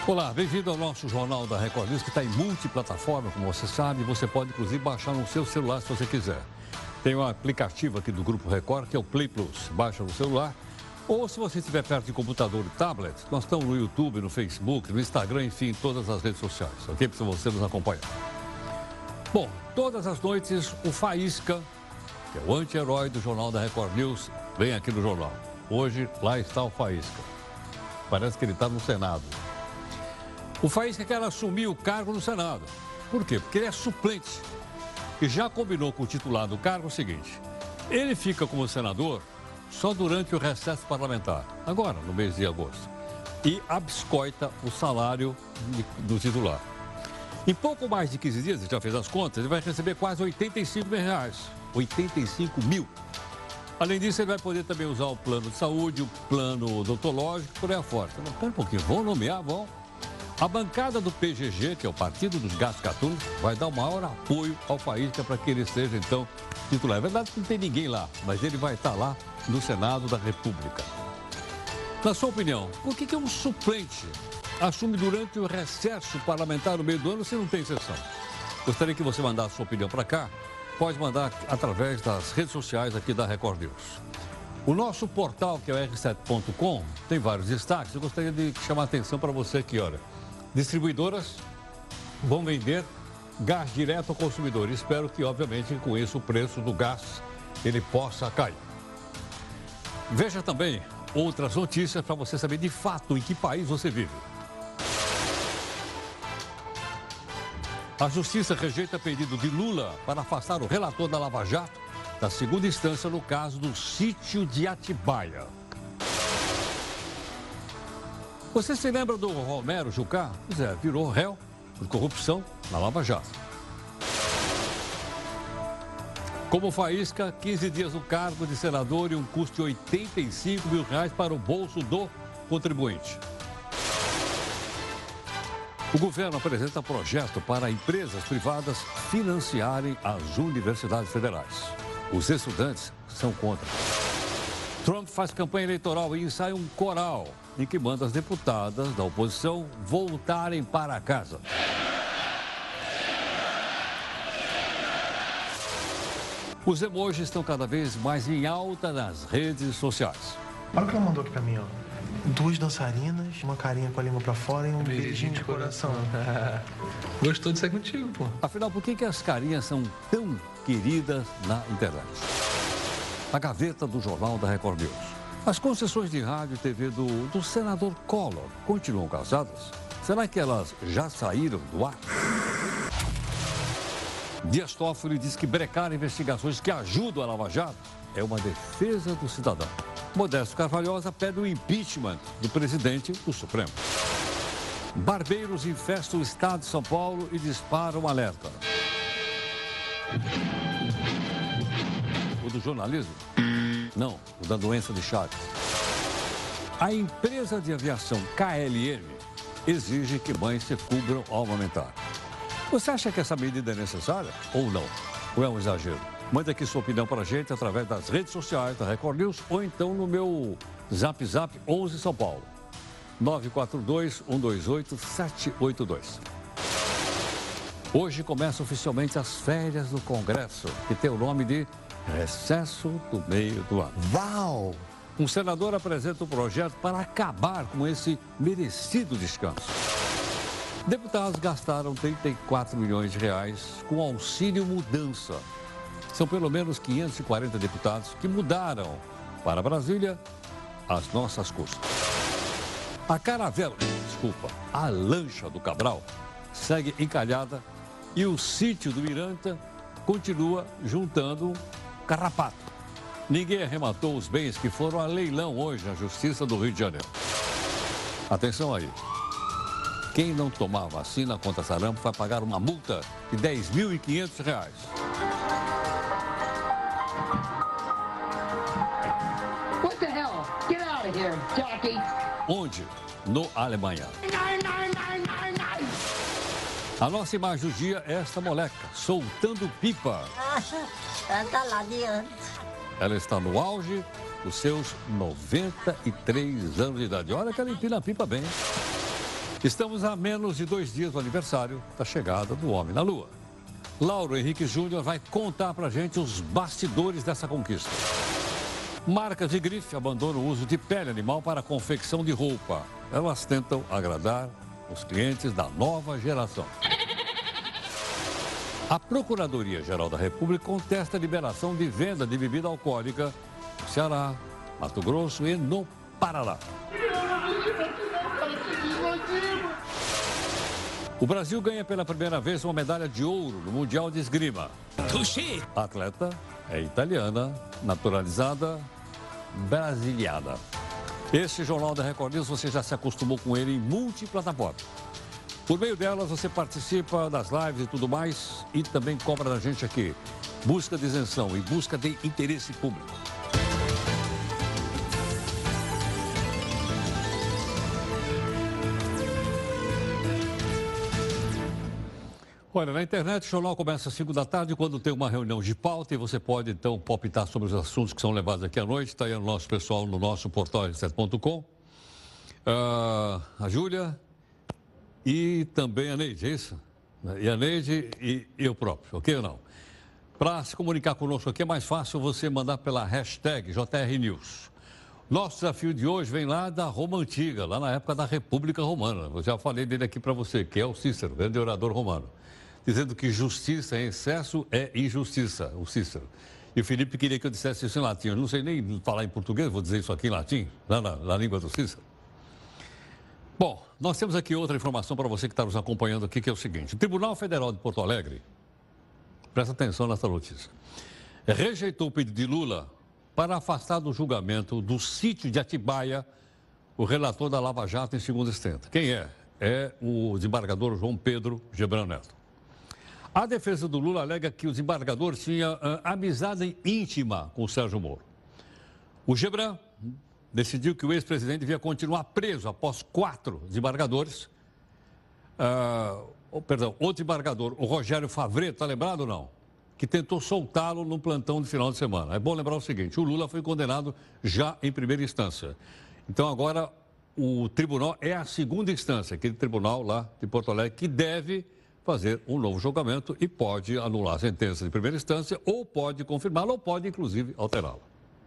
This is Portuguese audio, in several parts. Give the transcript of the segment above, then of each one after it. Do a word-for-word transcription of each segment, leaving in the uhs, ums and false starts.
Olá, bem-vindo ao nosso Jornal da Record News, que está em multiplataforma, como você sabe. Você pode, inclusive, baixar no seu celular se você quiser. Tem um aplicativo aqui do Grupo Record, que é o Play Plus. Baixa no celular. Ou, se você estiver perto de computador e tablet, nós estamos no YouTube, no Facebook, no Instagram, enfim, em todas as redes sociais, ok? Para você nos acompanhar. Bom, todas as noites, o Faísca, que é o anti-herói do Jornal da Record News, vem aqui no jornal. Hoje, lá está o Faísca. Parece que ele está no Senado. O Faísca quer assumir o cargo no Senado. Por quê? Porque ele é suplente. E já combinou com o titular do cargo o seguinte: ele fica como senador só durante o recesso parlamentar, agora, no mês de agosto, e abscoita o salário do titular. Em pouco mais de quinze dias, ele já fez as contas, ele vai receber quase oitenta e cinco mil reais. oitenta e cinco mil. Além disso, ele vai poder também usar o plano de saúde, o plano odontológico, por aí afora. Então, espera um pouquinho, vão nomear, vão. A bancada do P G G, que é o Partido dos Gatos Gatunos, vai dar o maior apoio ao Faísca para que ele seja, então, titular. É verdade que não tem ninguém lá, mas ele vai estar lá no Senado da República. Na sua opinião, por que, que um suplente assume durante o recesso parlamentar no meio do ano se não tem sessão? Gostaria que você mandasse a sua opinião para cá. Pode mandar através das redes sociais aqui da Record News. O nosso portal, que é o R sete ponto com, tem vários destaques. Eu gostaria de chamar a atenção para você aqui, olha. Distribuidoras vão vender gás direto ao consumidor. Espero que, obviamente, com isso o preço do gás ele possa cair. Veja também outras notícias para você saber de fato em que país você vive. A Justiça rejeita pedido de Lula para afastar o relator da Lava Jato da segunda instância no caso do sítio de Atibaia. Você se lembra do Romero Jucá? Pois é, virou réu por corrupção na Lava Jato. Como Faísca, quinze dias no cargo de senador e um custo de oitenta e cinco mil reais para o bolso do contribuinte. O governo apresenta projeto para empresas privadas financiarem as universidades federais. Os estudantes são contra. Trump faz campanha eleitoral e ensaia um coral em que manda as deputadas da oposição voltarem para casa. Os emojis estão cada vez mais em alta nas redes sociais. Olha o que ela mandou aqui pra mim, ó. Duas dançarinas, uma carinha com a língua pra fora e um beijinho, beijinho de coração. Gostou de ser contigo, pô. Afinal, por que, que as carinhas são tão queridas na internet? A gaveta do Jornal da Record News. As concessões de rádio e T V do, do senador Collor continuam casadas? Será que elas já saíram do ar? Dias Toffoli diz que brecar investigações que ajudam a Lava Jato é uma defesa do cidadão. Modesto Carvalhosa pede o impeachment do presidente do Supremo. Barbeiros infestam o estado de São Paulo e disparam um alerta. O do jornalismo? Não, o da doença de Chagas. A empresa de aviação K L M exige que mães se cubram ao amamentar. Você acha que essa medida é necessária ou não? Ou é um exagero? Mande aqui sua opinião para a gente através das redes sociais da Record News ou então no meu Zap Zap onze São Paulo. nove quatro dois, um dois oito, sete oito dois. Hoje começam oficialmente as férias do Congresso, que tem o nome de Recesso do Meio do Ano. Uau! Um senador apresenta um projeto para acabar com esse merecido descanso. Deputados gastaram trinta e quatro milhões de reais com auxílio mudança. São pelo menos quinhentos e quarenta deputados que mudaram para Brasília às nossas custas. A caravela, desculpa, a lancha do Cabral segue encalhada e o sítio do Miranta continua juntando carrapato. Ninguém arrematou os bens que foram a leilão hoje na Justiça do Rio de Janeiro. Atenção aí. Quem não tomar vacina contra sarampo vai pagar uma multa de dez mil e quinhentos reais. What the hell? Get out of here, jockey. Onde? No Alemanha. A nossa imagem do dia é esta moleca, soltando pipa. Canta lá adiante. Ela está no auge dos seus noventa e três anos de idade. Olha que ela empina a pipa bem. Estamos a menos de dois dias do aniversário da chegada do homem na Lua. Lauro Henrique Júnior vai contar pra gente os bastidores dessa conquista. Marcas de grife abandonam o uso de pele animal para a confecção de roupa. Elas tentam agradar os clientes da nova geração. A Procuradoria-Geral da República contesta a liberação de venda de bebida alcoólica no Ceará, Mato Grosso e no Paraná. O Brasil ganha pela primeira vez uma medalha de ouro no Mundial de Esgrima. A atleta é italiana, naturalizada, brasiliana. Este Jornal da Record News, você já se acostumou com ele em multiplataforma. Por meio delas, você participa das lives e tudo mais e também cobra da gente aqui. Busca de isenção e busca de interesse público. Olha, na internet o jornal começa às cinco da tarde, quando tem uma reunião de pauta e você pode, então, palpitar sobre os assuntos que são levados aqui à noite. Está aí o nosso pessoal no nosso portal R sete ponto com. Uh, a Júlia e também a Neide, é isso? E a Neide e eu próprio, ok ou não? Para se comunicar conosco aqui é mais fácil você mandar pela hashtag J R News. Nosso desafio de hoje vem lá da Roma Antiga, lá na época da República Romana. Eu já falei dele aqui para você, que é o Cícero, grande orador romano. Dizendo que justiça em excesso é injustiça, o Cícero. E o Felipe queria que eu dissesse isso em latim. Eu não sei nem falar em português, vou dizer isso aqui em latim, lá na, na língua do Cícero. Bom, nós temos aqui outra informação para você que está nos acompanhando aqui, que é o seguinte. O Tribunal Federal de Porto Alegre, presta atenção nessa notícia, rejeitou o pedido de Lula para afastar do julgamento do sítio de Atibaia o relator da Lava Jato em segunda instância. Quem é? É o desembargador João Pedro Gebran Neto. A defesa do Lula alega que o desembargador tinha uh, amizade íntima com o Sérgio Moro. O Gebran decidiu que o ex-presidente devia continuar preso após quatro desembargadores. Uh, oh, perdão, o desembargador, o Rogério Favre, está lembrado ou não? Que tentou soltá-lo no plantão de final de semana. É bom lembrar o seguinte, o Lula foi condenado já em primeira instância. Então agora o tribunal é a segunda instância, aquele tribunal lá de Porto Alegre, que deve fazer um novo julgamento e pode anular a sentença de primeira instância, ou pode confirmá-la, ou pode, inclusive, alterá-la.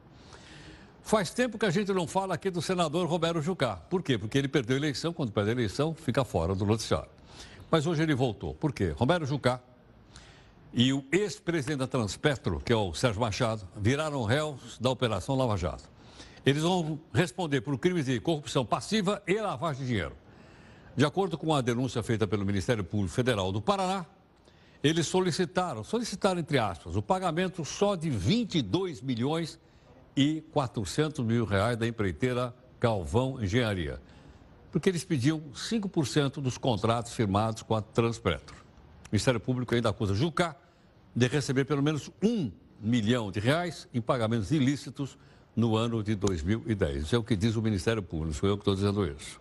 Faz tempo que a gente não fala aqui do senador Romero Jucá. Por quê? Porque ele perdeu a eleição, quando perde a eleição, fica fora do noticiário. Mas hoje ele voltou. Por quê? Romero Jucá e o ex-presidente da Transpetro, que é o Sérgio Machado, viraram réus da Operação Lava Jato. Eles vão responder por crimes de corrupção passiva e lavagem de dinheiro. De acordo com a denúncia feita pelo Ministério Público Federal do Paraná, eles solicitaram, solicitaram entre aspas, o pagamento só de vinte e dois milhões e quatrocentos mil reais da empreiteira Galvão Engenharia, porque eles pediam cinco por cento dos contratos firmados com a Transpetro. O Ministério Público ainda acusa Jucá de receber pelo menos um milhão de reais em pagamentos ilícitos no ano de dois mil e dez. Isso é o que diz o Ministério Público, sou eu que estou dizendo isso.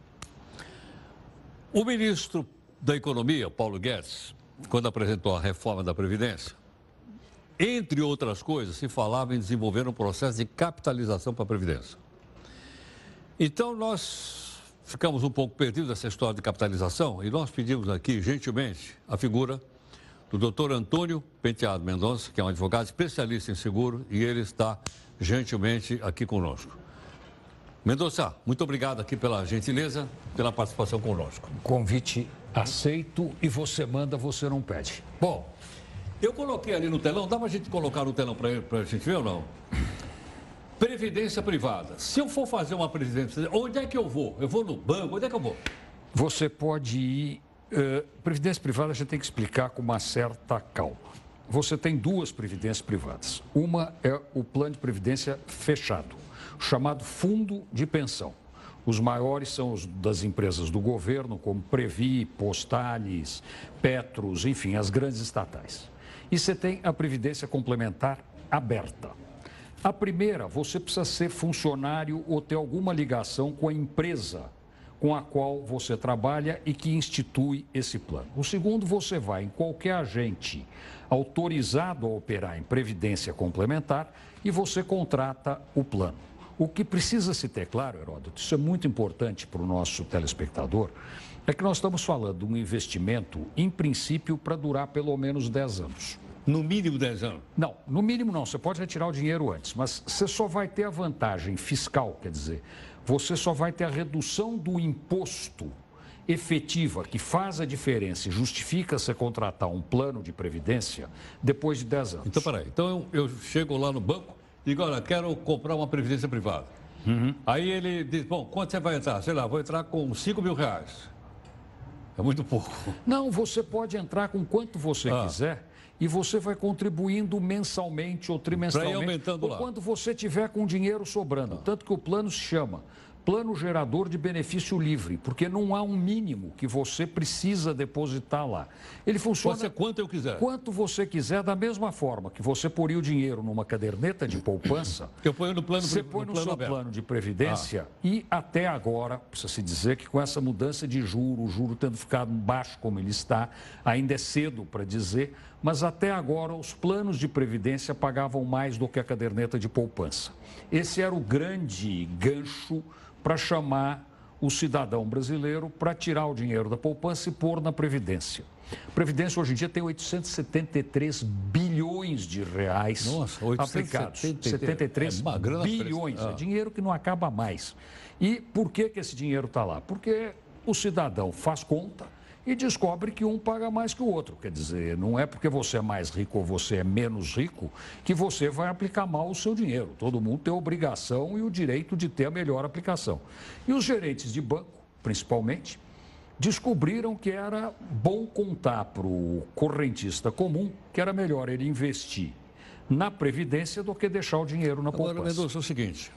O ministro da Economia, Paulo Guedes, quando apresentou a reforma da Previdência, entre outras coisas, se falava em desenvolver um processo de capitalização para a Previdência. Então, nós ficamos um pouco perdidos nessa história de capitalização e nós pedimos aqui, gentilmente, a figura do doutor Antônio Penteado Mendonça, que é um advogado especialista em seguro, e ele está gentilmente aqui conosco. Mendonça, muito obrigado aqui pela gentileza, pela participação conosco. Convite aceito e você manda, você não pede. Bom, eu coloquei ali no telão, dá pra gente colocar no telão para a gente ver ou não? Previdência privada. Se eu for fazer uma previdência, onde é que eu vou? Eu vou no banco, onde é que eu vou? Você pode ir... Uh, previdência privada a gente tem que explicar com uma certa calma. Você tem duas previdências privadas. Uma é o plano de previdência fechado, chamado fundo de pensão. Os maiores são os das empresas do governo, como Previ, Postales, Petros, enfim, as grandes estatais. E você tem a previdência complementar aberta. A primeira, você precisa ser funcionário ou ter alguma ligação com a empresa com a qual você trabalha e que institui esse plano. O segundo, você vai em qualquer agente autorizado a operar em previdência complementar e você contrata o plano. O que precisa se ter claro, Heródoto, isso é muito importante para o nosso telespectador, é que nós estamos falando de um investimento, em princípio, para durar pelo menos dez anos. No mínimo dez anos? Não, no mínimo não. Você pode retirar o dinheiro antes, mas você só vai ter a vantagem fiscal, quer dizer, você só vai ter a redução do imposto efetiva que faz a diferença e justifica você contratar um plano de previdência depois de dez anos. Então, peraí. Então, eu, eu chego lá no banco e digo, olha, quero comprar uma previdência privada. Uhum. Aí ele diz, bom, quanto você vai entrar? Sei lá, vou entrar com cinco mil reais. É muito pouco. Não, você pode entrar com quanto você ah. quiser e você vai contribuindo mensalmente ou trimestralmente. aumentando ou lá. quando você tiver com dinheiro sobrando. Ah. Tanto que o plano se chama Plano Gerador de Benefício Livre, porque não há um mínimo que você precisa depositar lá. Ele funciona... Pode ser quanto eu quiser. Quanto você quiser, da mesma forma que você poria o dinheiro numa caderneta de poupança... Eu ponho no plano Você põe no, no plano seu aberto. plano de previdência ah. e até agora, precisa se dizer que com essa mudança de juro, o juro tendo ficado baixo como ele está, ainda é cedo para dizer, mas até agora os planos de previdência pagavam mais do que a caderneta de poupança. Esse era o grande gancho para chamar o cidadão brasileiro para tirar o dinheiro da poupança e pôr na Previdência. A Previdência hoje em dia tem oitocentos e setenta e três bilhões de reais Nossa, aplicados. setenta e três é bilhões, ah. é dinheiro que não acaba mais. E por que, que esse dinheiro está lá? Porque o cidadão faz conta e descobre que um paga mais que o outro. Quer dizer, não é porque você é mais rico ou você é menos rico que você vai aplicar mal o seu dinheiro. Todo mundo tem a obrigação e o direito de ter a melhor aplicação. E os gerentes de banco, principalmente, descobriram que era bom contar para o correntista comum que era melhor ele investir na Previdência do que deixar o dinheiro na poupança. Agora, Mendonça, é o seguinte,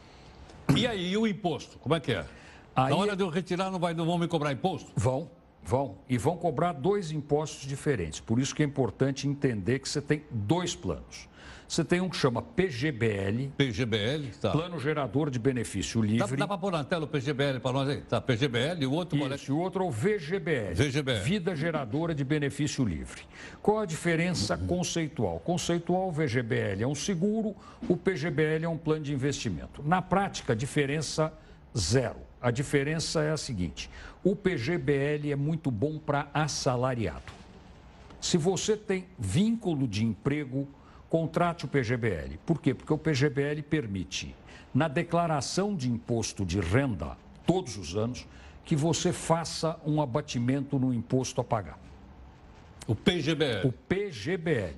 e aí, e o imposto? Como é que é? Aí, na hora de eu retirar, não, vai, não vão me cobrar imposto? Vão. Vão, e vão cobrar dois impostos diferentes. Por isso que é importante entender que você tem dois planos. Você tem um que chama P G B L. P G B L, tá. Plano Gerador de Benefício Livre. Dá, dá para pôr na tela o P G B L para nós aí? Tá, P G B L e o outro... Isso, e o outro é o V G B L. V G B L. Vida Geradora de Benefício Livre. Qual a diferença uhum. conceitual? Conceitual, o V G B L é um seguro, o P G B L é um plano de investimento. Na prática, a diferença zero. A diferença é a seguinte, o P G B L é muito bom para assalariado. Se você tem vínculo de emprego, contrate o P G B L. Por quê? Porque o P G B L permite, na declaração de imposto de renda, todos os anos, que você faça um abatimento no imposto a pagar. O P G B L? O P G B L.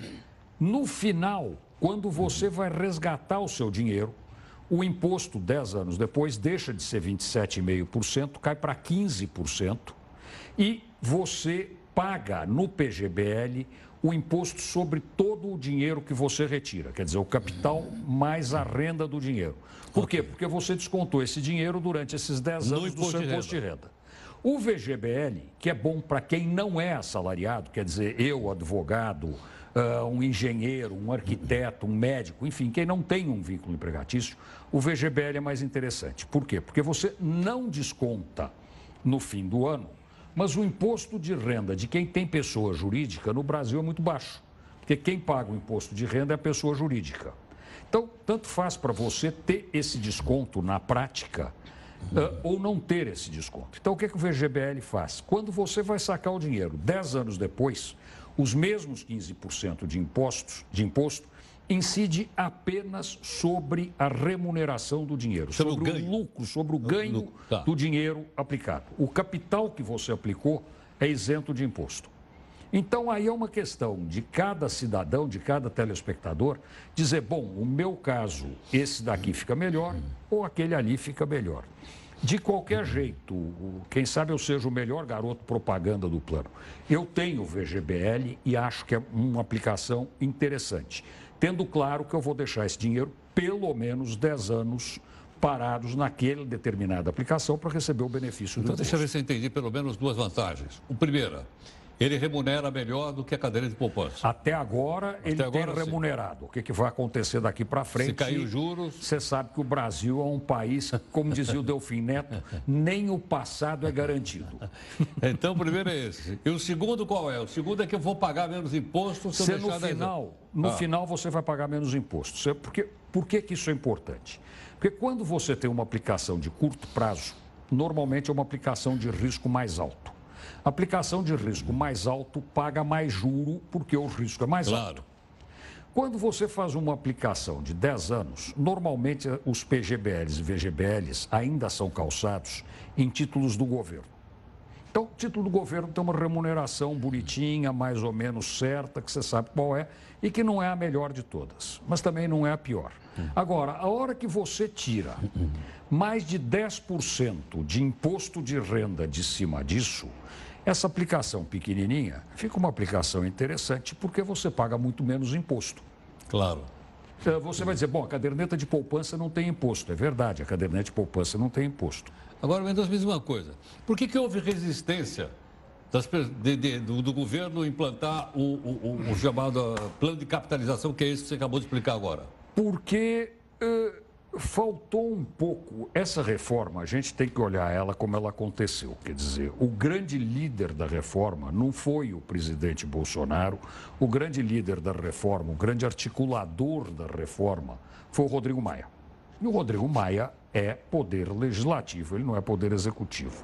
No final, quando você vai resgatar o seu dinheiro, o imposto, dez anos depois, deixa de ser vinte e sete vírgula cinco por cento, cai para quinze por cento e você paga no P G B L o imposto sobre todo o dinheiro que você retira, quer dizer, o capital mais a renda do dinheiro. Por quê? Porque você descontou esse dinheiro durante esses dez anos do seu imposto de renda. O V G B L, que é bom para quem não é assalariado, quer dizer, eu, advogado, Uh, um engenheiro, um arquiteto, um médico, enfim, quem não tem um vínculo empregatício, o V G B L é mais interessante. Por quê? Porque você não desconta no fim do ano, mas o imposto de renda de quem tem pessoa jurídica no Brasil é muito baixo, porque quem paga o imposto de renda é a pessoa jurídica. Então, tanto faz para você ter esse desconto na prática uh, ou não ter esse desconto. Então, o que, que o V G B L faz? Quando você vai sacar o dinheiro dez anos depois, os mesmos quinze por cento de impostos, de imposto, incide apenas sobre a remuneração do dinheiro, sobre, sobre o, o lucro, sobre o ganho lucro, tá. do dinheiro aplicado. O capital que você aplicou é isento de imposto. Então, aí é uma questão de cada cidadão, de cada telespectador, dizer, bom, o meu caso, esse daqui fica melhor ou aquele ali fica melhor. De qualquer jeito, quem sabe eu seja o melhor garoto propaganda do plano. Eu tenho o V G B L e acho que é uma aplicação interessante. Tendo claro que eu vou deixar esse dinheiro pelo menos dez anos parados naquela determinada aplicação para receber o benefício do Então, imposto. deixa eu ver se eu entendi pelo menos duas vantagens. O primeiro, ele remunera melhor do que a caderneta de poupança. Até agora, Até ele agora, tem sim. remunerado. O que, que vai acontecer daqui para frente? Se cair os juros... Você sabe que o Brasil é um país, como dizia o Delfim Neto, nem o passado é garantido. Então, o primeiro é esse. E o segundo qual é? O segundo é que eu vou pagar menos imposto se eu Você, deixar no dez final, anos. no Ah. final, você vai pagar menos imposto. Você, porque, por que, que isso é importante? Porque quando você tem uma aplicação de curto prazo, normalmente é uma aplicação de risco mais alto. A aplicação de risco mais alto paga mais juro porque o risco é mais Claro. alto. Quando você faz uma aplicação de dez anos, normalmente os P G B Ls e V G B Ls ainda são calçados em títulos do governo. Então, o título do governo tem uma remuneração bonitinha, mais ou menos certa, que você sabe qual é, e que não é a melhor de todas, mas também não é a pior. Agora, a hora que você tira mais de dez por cento de imposto de renda de cima disso, essa aplicação pequenininha fica uma aplicação interessante porque você paga muito menos imposto. Claro. Você vai dizer, bom, a caderneta de poupança não tem imposto. É verdade, a caderneta de poupança não tem imposto. Agora, Mendonça, me diz uma coisa. Por que, que houve resistência das, de, de, do, do governo implantar o, o, o, o chamado plano de capitalização, que é esse que você acabou de explicar agora? Porque uh, faltou um pouco. Essa reforma, a gente tem que olhar ela como ela aconteceu. Quer dizer, o grande líder da reforma não foi o presidente Bolsonaro, o grande líder da reforma, o grande articulador da reforma foi o Rodrigo Maia. E o Rodrigo Maia é poder legislativo, ele não é poder executivo.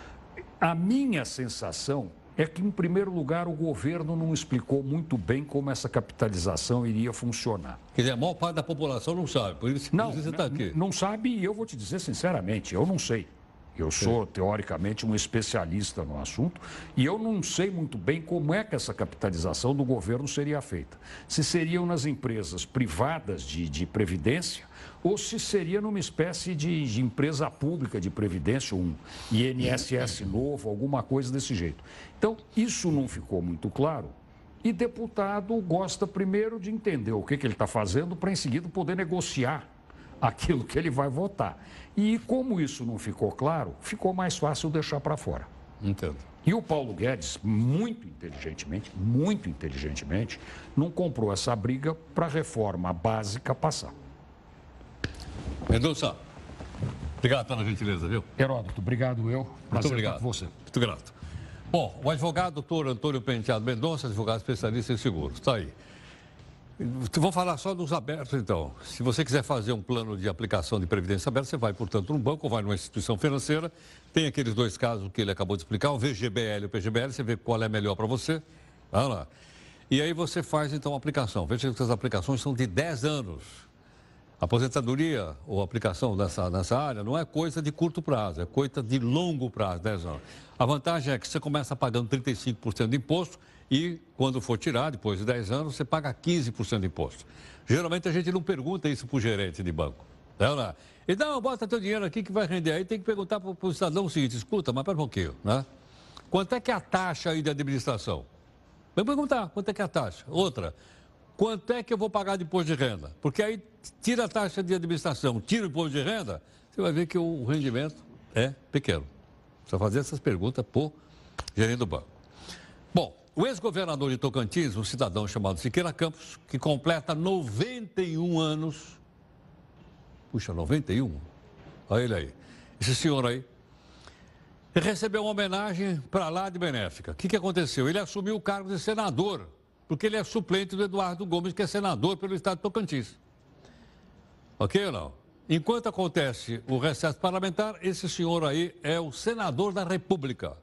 A minha sensação é que, em primeiro lugar, o governo não explicou muito bem como essa capitalização iria funcionar. Quer dizer, a maior parte da população não sabe, por isso Não, você está aqui. não sabe, e eu vou te dizer sinceramente, eu não sei. Eu sou, teoricamente, um especialista no assunto e eu não sei muito bem como é que essa capitalização do governo seria feita. Se seriam nas empresas privadas de, de previdência ou se seria numa espécie de, de empresa pública de previdência, um I N S S novo, alguma coisa desse jeito. Então, isso não ficou muito claro. E deputado gosta primeiro de entender o que, que ele está fazendo para, em seguida, poder negociar aquilo que ele vai votar. E como isso não ficou claro, ficou mais fácil deixar para fora. Entendo. E o Paulo Guedes, muito inteligentemente, muito inteligentemente, não comprou essa briga para a reforma básica passar. Mendonça, obrigado pela gentileza, viu? Heródoto, obrigado eu. Prazer Muito obrigado. estar com você. Muito grato. Bom, o advogado doutor Antônio Penteado Mendonça, advogado especialista em seguros, está aí. Vou falar só dos abertos, então. Se você quiser fazer um plano de aplicação de previdência aberta, você vai, portanto, num banco ou vai numa instituição financeira. Tem aqueles dois casos que ele acabou de explicar, o V G B L e o P G B L, você vê qual é melhor para você. Vai lá. E aí você faz, então, a aplicação. Veja que as aplicações são de dez anos. Aposentadoria ou aplicação nessa, nessa área não é coisa de curto prazo, é coisa de longo prazo, dez anos. A vantagem é que você começa pagando trinta e cinco por cento de imposto e, quando for tirar, depois de dez anos, você paga quinze por cento de imposto. Geralmente a gente não pergunta isso para o gerente de banco. Não, e não, bota teu dinheiro aqui que vai render. Aí tem que perguntar para o cidadão o seguinte, escuta, mas pera um pouquinho, né? Quanto é que é a taxa aí de administração? Vai perguntar, quanto é que é a taxa? Outra, quanto é que eu vou pagar de imposto de renda? Porque aí tira a taxa de administração, tira o imposto de renda, você vai ver que o rendimento é pequeno. Precisa fazer essas perguntas para o gerente do banco. Bom, o ex-governador de Tocantins, um cidadão chamado Siqueira Campos, que completa noventa e um anos. Puxa, noventa e um? Olha ele aí. Esse senhor aí recebeu uma homenagem para lá de benéfica. O que, que aconteceu? Ele assumiu o cargo de senador, porque ele é suplente do Eduardo Gomes, que é senador pelo estado de Tocantins. Ok ou não? Enquanto acontece o recesso parlamentar, esse senhor aí é o senador da República.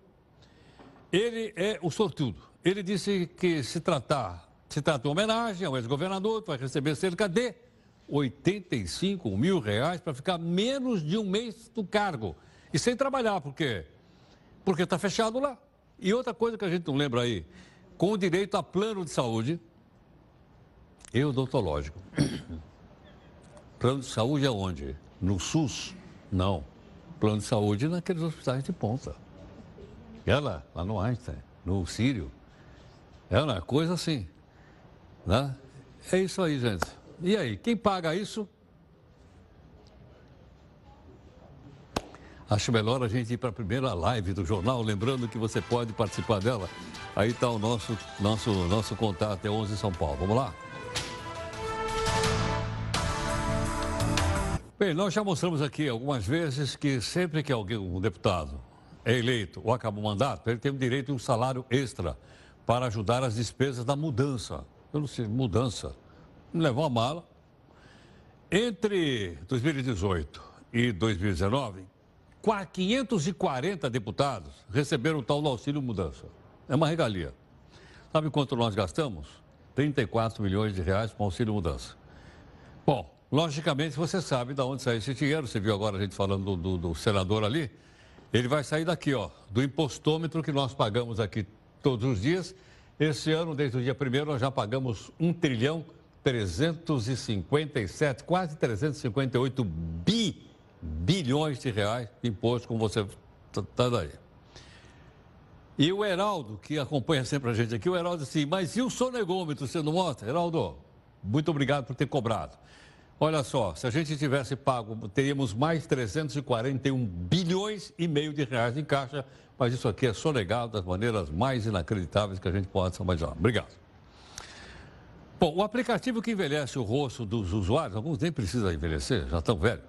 Ele é o sortudo. Ele disse que se tratar, se trata de uma homenagem ao ex-governador, que vai receber cerca de oitenta e cinco mil reais para ficar menos de um mês do cargo. E sem trabalhar, por quê? Porque está fechado lá. E outra coisa que a gente não lembra aí, com o direito a plano de saúde e odontológico. Plano de saúde é onde? No SUS? Não. Plano de saúde naqueles hospitais de ponta. É lá, lá no Einstein, no Sírio. É uma coisa assim. Né? É isso aí, gente. E aí, quem paga isso? Acho melhor a gente ir para a primeira live do jornal, lembrando que você pode participar dela. Aí está o nosso, nosso, nosso contato, é onze São Paulo. Vamos lá? Bem, nós já mostramos aqui algumas vezes que sempre que alguém, um deputado é eleito ou acaba o mandato, ele tem o direito a um salário extra para ajudar as despesas da mudança. Eu não sei, mudança. Levou a mala. Entre dois mil e dezoito e dois mil e dezenove, quinhentos e quarenta deputados receberam o tal do auxílio mudança. É uma regalia. Sabe quanto nós gastamos? trinta e quatro milhões de reais com auxílio mudança. Bom, logicamente você sabe de onde sai esse dinheiro. Você viu agora a gente falando do, do, do senador ali. Ele vai sair daqui, ó, do impostômetro que nós pagamos aqui todos os dias. Esse ano, desde o dia primeiro, nós já pagamos um trilhão trezentos e cinquenta e sete, quase trezentos e cinquenta e oito bi, bilhões de reais de imposto, como você está daí. E o Heraldo, que acompanha sempre a gente aqui, o Heraldo disse, mas e o sonegômetro, você não mostra? Heraldo, muito obrigado por ter cobrado. Olha só, se a gente tivesse pago, teríamos mais trezentos e quarenta e um bilhões e meio de reais em caixa, mas isso aqui é sonegado das maneiras mais inacreditáveis que a gente pode imaginar. Obrigado. Bom, o aplicativo que envelhece o rosto dos usuários, alguns nem precisam envelhecer, já estão velhos.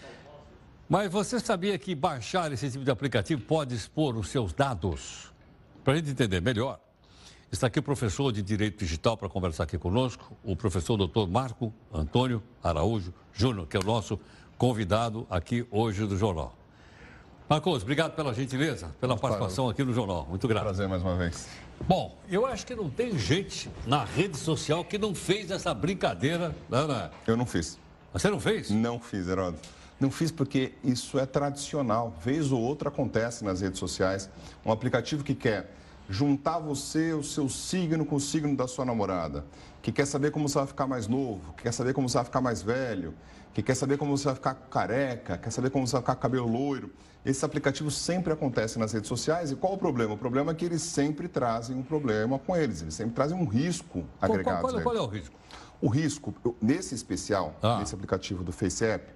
Mas você sabia que baixar esse tipo de aplicativo pode expor os seus dados? Para a gente entender melhor, está aqui o professor de Direito Digital para conversar aqui conosco, o professor doutor Marco Antônio Araújo Júnior, que é o nosso convidado aqui hoje do Jornal. Marcos, obrigado pela gentileza, pela Muito participação aqui no Jornal. Muito grato. Prazer mais uma vez. Bom, eu acho que não tem gente na rede social que não fez essa brincadeira, né, né? Eu não fiz. Você não fez? Não fiz, Heródoto. Não fiz porque isso é tradicional. Vez ou outra acontece nas redes sociais. Um aplicativo que quer juntar você, o seu signo com o signo da sua namorada, que quer saber como você vai ficar mais novo, que quer saber como você vai ficar mais velho, que quer saber como você vai ficar careca, quer saber como você vai ficar com cabelo loiro. Esses aplicativos sempre acontecem nas redes sociais. E qual o problema? O problema é que eles sempre trazem um problema com eles. Eles sempre trazem um risco agregado. Qual, qual, qual é o risco? O risco, nesse especial, ah. nesse aplicativo do FaceApp,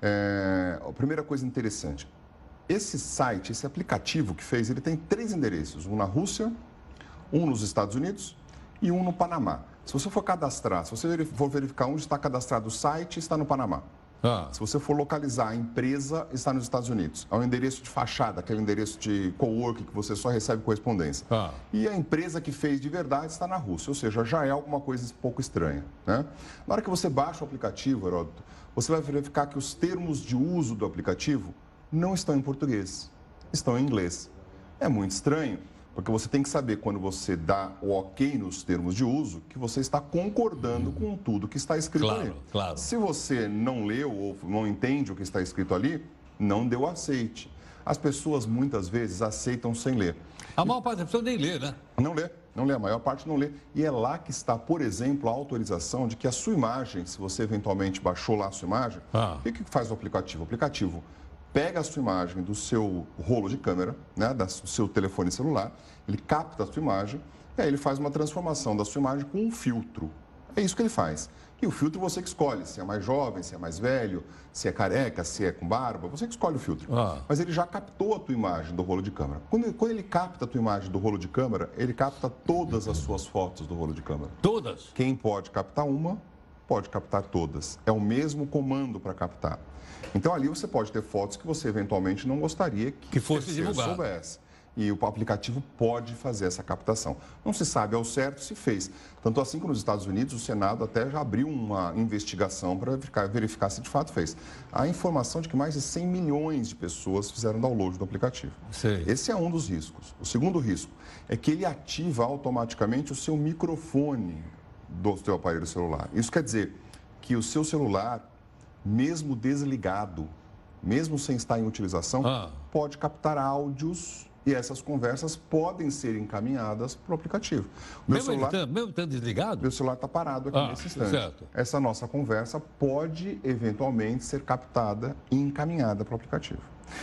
é, a primeira coisa interessante, esse site, esse aplicativo que fez, ele tem três endereços, um na Rússia, um nos Estados Unidos e um no Panamá. Se você for cadastrar, se você for verificar onde está cadastrado o site, está no Panamá. Ah. Se você for localizar a empresa, está nos Estados Unidos. É um endereço de fachada, aquele endereço de coworking que você só recebe correspondência. Ah. E a empresa que fez de verdade está na Rússia, ou seja, já é alguma coisa um pouco estranha, né? Na hora que você baixa o aplicativo, Heródoto, você vai verificar que os termos de uso do aplicativo não estão em português, estão em inglês. É muito estranho. Porque você tem que saber, quando você dá o ok nos termos de uso, que você está concordando com tudo que está escrito claro, ali. Claro. Se você não leu ou não entende o que está escrito ali, não deu aceite. As pessoas, muitas vezes, aceitam sem ler. A maior parte da pessoa nem lê, né? Não lê, não lê. A maior parte não lê. E é lá que está, por exemplo, a autorização de que a sua imagem, se você eventualmente baixou lá a sua imagem, ah. o que, que faz o aplicativo? O aplicativo pega a sua imagem do seu rolo de câmera, né, do seu telefone celular, ele capta a sua imagem e aí ele faz uma transformação da sua imagem com um filtro. É isso que ele faz. E o filtro você que escolhe, se é mais jovem, se é mais velho, se é careca, se é com barba, você que escolhe o filtro. Ah. Mas ele já captou a tua imagem do rolo de câmera. Quando ele, quando ele capta a tua imagem do rolo de câmera, ele capta todas as suas fotos do rolo de câmera. Todas? Quem pode captar uma, pode captar todas. É o mesmo comando para captar. Então, ali você pode ter fotos que você eventualmente não gostaria que, que fosse divulgado. Soubesse. E o aplicativo pode fazer essa captação. Não se sabe ao certo se fez. Tanto assim que nos Estados Unidos, o Senado até já abriu uma investigação para verificar, verificar se de fato fez. Há informação de que mais de cem milhões de pessoas fizeram download do aplicativo. Sei. Esse é um dos riscos. O segundo risco é que ele ativa automaticamente o seu microfone do seu aparelho celular. Isso quer dizer que o seu celular, mesmo desligado, mesmo sem estar em utilização, ah. pode captar áudios e essas conversas podem ser encaminhadas para o aplicativo. Meu mesmo celular, tá, mesmo estando desligado? Meu celular está parado aqui ah, nesse instante. Certo. Essa nossa conversa pode, eventualmente, ser captada e encaminhada para o aplicativo.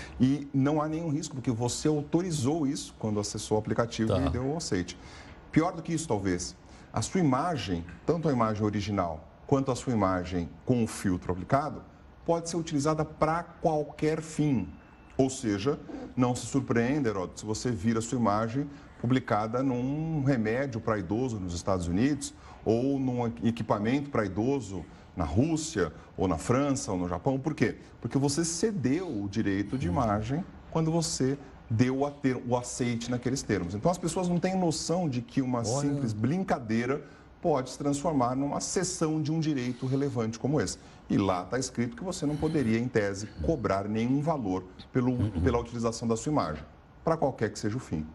E não há nenhum risco, porque você autorizou isso quando acessou o aplicativo tá. e deu o aceite. Pior do que isso, talvez, a sua imagem, tanto a imagem original quanto a sua imagem com o filtro aplicado, pode ser utilizada para qualquer fim. Ou seja, não se surpreenda, Heródoto, se você vir a sua imagem publicada num remédio para idoso nos Estados Unidos ou num equipamento para idoso na Rússia, ou na França, ou no Japão. Por quê? Porque você cedeu o direito de imagem quando você deu o aceite naqueles termos. Então, as pessoas não têm noção de que uma Olha. simples brincadeira pode se transformar numa cessão de um direito relevante como esse. E lá está escrito que você não poderia, em tese, cobrar nenhum valor pelo, pela utilização da sua imagem, para qualquer que seja o fim.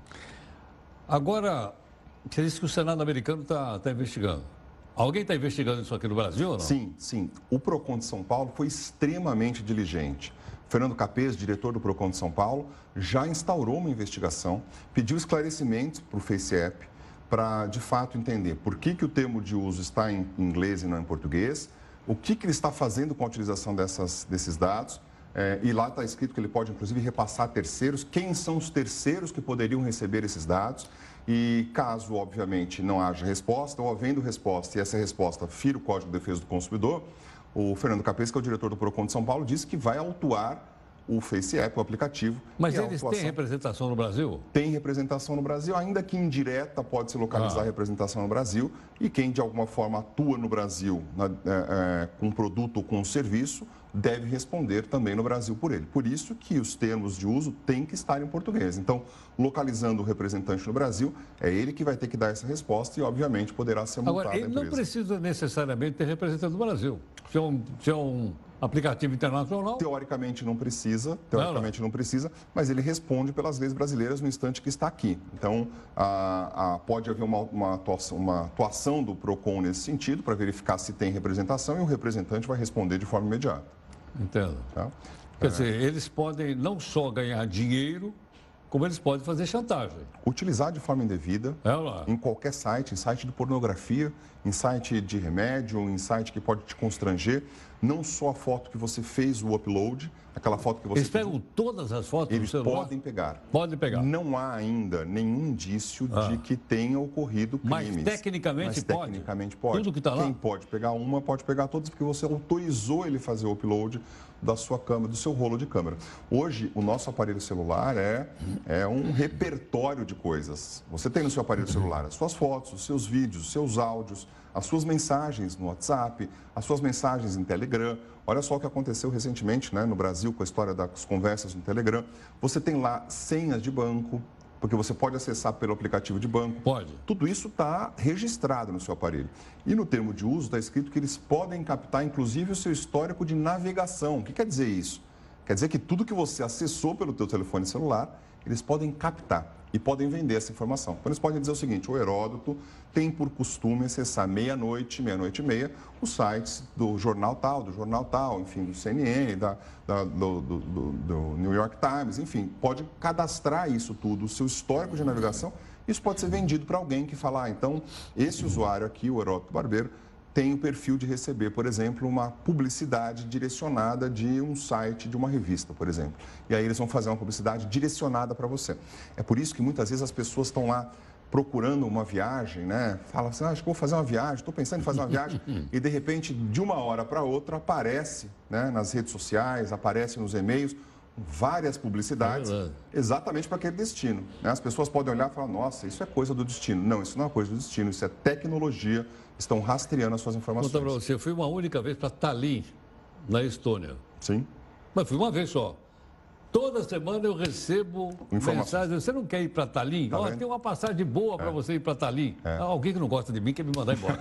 Agora, você disse que o Senado americano está tá investigando. Alguém está investigando isso aqui no Brasil ou não? Sim, sim. O Procon de São Paulo foi extremamente diligente. Fernando Capês, diretor do Procon de São Paulo, já instaurou uma investigação, pediu esclarecimentos para o FaceApp, para, de fato, entender por que, que o termo de uso está em inglês e não em português, o que, que ele está fazendo com a utilização dessas, desses dados, é, e lá está escrito que ele pode, inclusive, repassar a terceiros, quem são os terceiros que poderiam receber esses dados, e caso, obviamente, não haja resposta, ou havendo resposta e essa resposta fira o Código de Defesa do Consumidor, o Fernando Capês, que é o diretor do Procon de São Paulo, disse que vai autuar o FaceApp, o aplicativo. Mas eles têm representação no Brasil? Tem representação no Brasil, ainda que indireta pode se localizar ah. a representação no Brasil. E quem, de alguma forma, atua no Brasil na, é, é, com um produto ou com um serviço, deve responder também no Brasil por ele. Por isso que os termos de uso têm que estar em português. Então, localizando o representante no Brasil, é ele que vai ter que dar essa resposta e, obviamente, poderá ser multado. Agora, ele não precisa necessariamente ter representante no Brasil. Se é um, se é um aplicativo internacional... Teoricamente não precisa, teoricamente não, não. não precisa, mas ele responde pelas leis brasileiras no instante que está aqui. Então, a, a, pode haver uma, uma, atuação, uma atuação do Procon nesse sentido, para verificar se tem representação, e o representante vai responder de forma imediata. Entendo. Tá? Quer é. dizer, eles podem não só ganhar dinheiro, como eles podem fazer chantagem. Utilizar de forma indevida, é lá. em qualquer site, em site de pornografia, em site de remédio, em site que pode te constranger. Não só a foto que você fez o upload, aquela foto que você... Eles pegam pediu, todas as fotos eles do celular? Eles podem pegar. Podem pegar. Não há ainda nenhum indício ah. de que tenha ocorrido crimes. Mas tecnicamente Mas, pode? tecnicamente pode. Tudo que está lá? Quem pode pegar uma, pode pegar todas, porque você autorizou ele fazer o upload da sua câmera, do seu rolo de câmera. Hoje, o nosso aparelho celular é, é um repertório de coisas. Você tem no seu aparelho celular as suas fotos, os seus vídeos, os seus áudios, as suas mensagens no WhatsApp, as suas mensagens em Telegram. Olha só o que aconteceu recentemente, né, no Brasil com a história das conversas no Telegram. Você tem lá senhas de banco, porque você pode acessar pelo aplicativo de banco. Pode. Tudo isso está registrado no seu aparelho. E no termo de uso está escrito que eles podem captar, inclusive, o seu histórico de navegação. O que quer dizer isso? Quer dizer que tudo que você acessou pelo teu telefone celular, eles podem captar e podem vender essa informação. Então, eles podem dizer o seguinte: o Heródoto tem por costume acessar meia-noite, meia-noite e meia, os sites do jornal tal, do jornal tal, enfim, do C N N, da, da, do, do, do, do New York Times, enfim, pode cadastrar isso tudo, o seu histórico de navegação. Isso pode ser vendido para alguém que fala, ah, então, esse usuário aqui, o Heródoto Barbeiro, tem o perfil de receber, por exemplo, uma publicidade direcionada de um site, de uma revista, por exemplo. E aí eles vão fazer uma publicidade direcionada para você. É por isso que muitas vezes as pessoas estão lá procurando uma viagem, né? Fala assim, ah, acho que vou fazer uma viagem, estou pensando em fazer uma viagem. E, de repente, de uma hora para outra, aparece, né, nas redes sociais, aparece nos e-mails, várias publicidades, é exatamente para aquele destino. Né? As pessoas podem olhar e falar, nossa, isso é coisa do destino. Não, isso não é coisa do destino, isso é tecnologia. Estão rastreando as suas informações. Conta para você, eu fui uma única vez para Tallinn, na Estônia. Sim. Mas fui uma vez só. Toda semana eu recebo mensagens, você não quer ir para Tallinn? Tá oh, tem uma passagem boa é. para você ir para Tallinn. É. Alguém que não gosta de mim quer me mandar embora.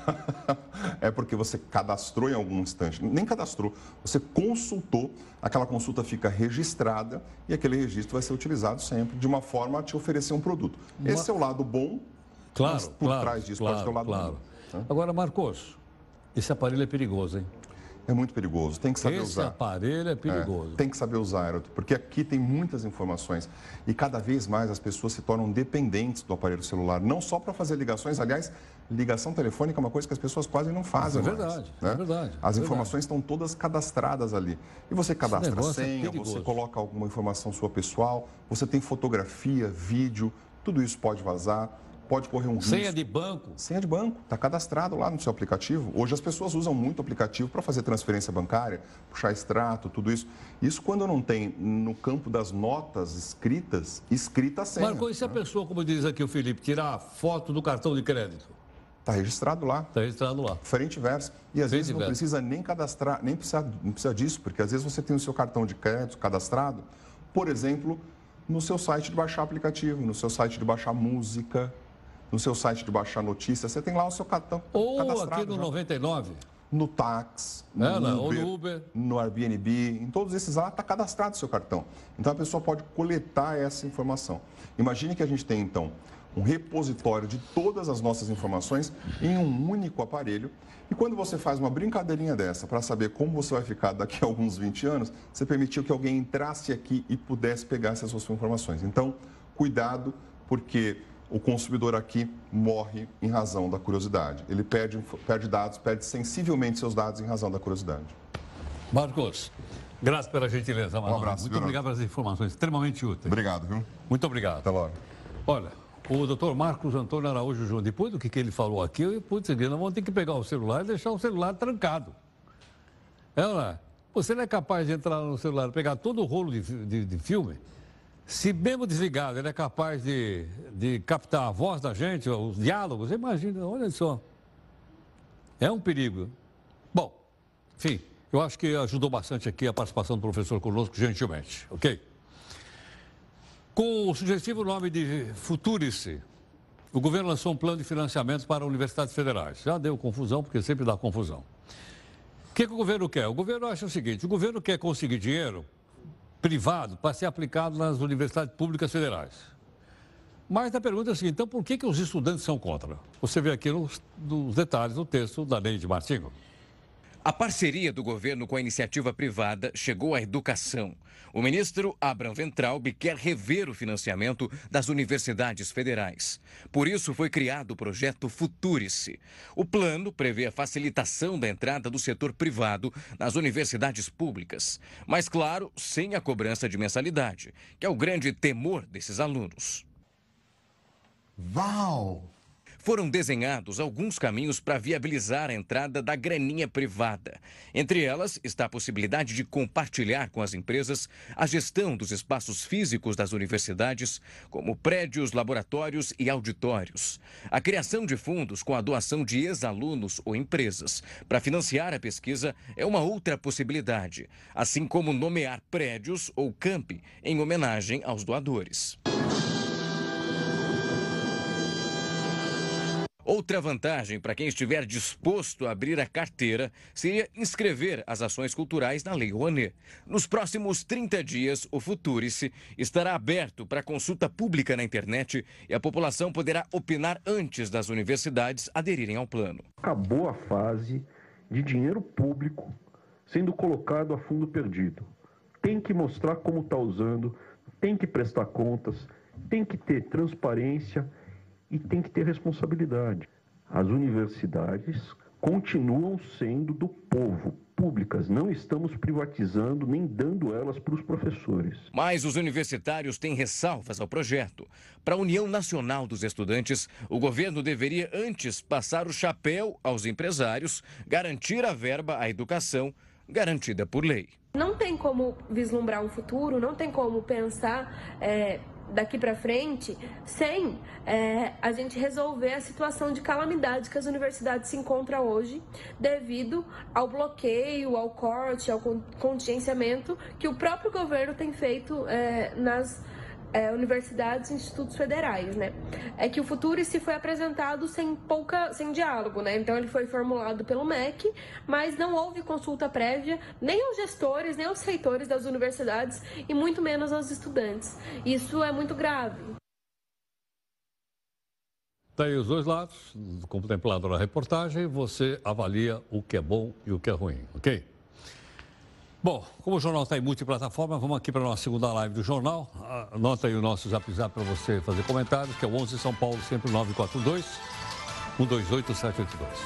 É porque você cadastrou em algum instante, nem cadastrou, você consultou, aquela consulta fica registrada e aquele registro vai ser utilizado sempre de uma forma a te oferecer um produto. Uma... Esse é o lado bom, claro, mas por claro, trás disso claro, pode ter o lado claro. bom. Agora, Marcos, esse aparelho é perigoso, hein? É muito perigoso, tem que saber esse usar. Esse aparelho é perigoso. É, tem que saber usar, Heródoto, porque aqui tem muitas informações e cada vez mais as pessoas se tornam dependentes do aparelho celular, não só para fazer ligações, aliás, ligação telefônica é uma coisa que as pessoas quase não fazem. É verdade, mais, né? é verdade. As é informações verdade. estão todas cadastradas ali. E você cadastra a senha, é você coloca alguma informação sua pessoal, você tem fotografia, vídeo, tudo isso pode vazar. pode correr um risco. Senha de banco? Senha de banco, está cadastrado lá no seu aplicativo. Hoje as pessoas usam muito o aplicativo para fazer transferência bancária, puxar extrato, tudo isso. Isso quando não tem no campo das notas escritas, escrita a senha. Marco, e se a pessoa, como diz aqui o Felipe, tirar a foto do cartão de crédito? Está registrado lá. Está registrado lá. Frente e verso. E às Frente vezes não verso. precisa nem cadastrar, nem precisa, não precisa disso, porque às vezes você tem o seu cartão de crédito cadastrado, por exemplo, no seu site de baixar aplicativo, no seu site de baixar música, no seu site de baixar notícias, você tem lá o seu cartão Ou cadastrado. aqui no já. noventa e nove. No táxi, no, É, não, Uber, ou no Uber. no Airbnb, em todos esses lá está cadastrado o seu cartão. Então a pessoa pode coletar essa informação. Imagine que a gente tem então um repositório de todas as nossas informações em um único aparelho. E quando você faz uma brincadeirinha dessa para saber como você vai ficar daqui a alguns vinte anos, você permitiu que alguém entrasse aqui e pudesse pegar essas suas informações. Então, cuidado, porque o consumidor aqui morre em razão da curiosidade. Ele perde, perde dados, perde sensivelmente seus dados em razão da curiosidade. Marcos, graças pela gentileza, Marcos. Um abraço, Muito viu, obrigado pelas informações extremamente úteis. Obrigado, viu? Muito obrigado. Até logo. Olha, o doutor Marcos Antônio Araújo Júnior, depois do que, que ele falou aqui, eu pude seguir, nós vamos ter que pegar o celular e deixar o celular trancado. É, não é? Você não é capaz de entrar no celular, pegar todo o rolo de, de, de filme, se mesmo desligado, ele é capaz de, de captar a voz da gente, os diálogos, imagina, olha só. É um perigo. Bom, enfim, eu acho que ajudou bastante aqui a participação do professor conosco, gentilmente, ok? Com o sugestivo nome de Futurice, o governo lançou um plano de financiamento para universidades federais. Já deu confusão, porque sempre dá confusão. O que, que o governo quer? O governo acha o seguinte, o governo quer conseguir dinheiro privado para ser aplicado nas universidades públicas federais. Mas a pergunta é a seguinte, então por que, que os estudantes são contra? Você vê aqui nos, nos detalhes do texto da Neide Martinho. A parceria do governo com a iniciativa privada chegou à educação. O ministro Abraham Weintraub quer rever o financiamento das universidades federais. Por isso foi criado o projeto Futurice. O plano prevê a facilitação da entrada do setor privado nas universidades públicas. Mas, claro, sem a cobrança de mensalidade, que é o grande temor desses alunos. Uau! Foram desenhados alguns caminhos para viabilizar a entrada da graninha privada. Entre elas está a possibilidade de compartilhar com as empresas a gestão dos espaços físicos das universidades, como prédios, laboratórios e auditórios. A criação de fundos com a doação de ex-alunos ou empresas para financiar a pesquisa é uma outra possibilidade, assim como nomear prédios ou campi em homenagem aos doadores. Outra vantagem para quem estiver disposto a abrir a carteira seria inscrever as ações culturais na Lei Rouanet. Nos próximos trinta dias, o Futurice estará aberto para consulta pública na internet e a população poderá opinar antes das universidades aderirem ao plano. Acabou a fase de dinheiro público sendo colocado a fundo perdido. Tem que mostrar como está usando, tem que prestar contas, tem que ter transparência e tem que ter responsabilidade. As universidades continuam sendo do povo, públicas. Não estamos privatizando nem dando elas para os professores. Mas os universitários têm ressalvas ao projeto. Para a União Nacional dos Estudantes, o governo deveria antes passar o chapéu aos empresários, garantir a verba à educação garantida por lei. Não tem como vislumbrar um futuro, não tem como pensar é, daqui para frente sem é, a gente resolver a situação de calamidade que as universidades se encontram hoje devido ao bloqueio, ao corte, ao contingenciamento que o próprio governo tem feito é, nas É, universidades e institutos federais, né? É que o Futurice foi apresentado sem pouca, sem diálogo, né? Então ele foi formulado pelo M E C, mas não houve consulta prévia nem aos gestores, nem aos reitores das universidades e muito menos aos estudantes. Isso é muito grave. Está aí os dois lados, contemplado na reportagem, você avalia o que é bom e o que é ruim, ok? Bom, como o jornal está em multiplataforma, vamos aqui para a nossa segunda live do jornal. Anota aí o nosso zap zap para você fazer comentários, que é o onze São Paulo, sempre nove quatro dois, um dois oito, sete oito dois.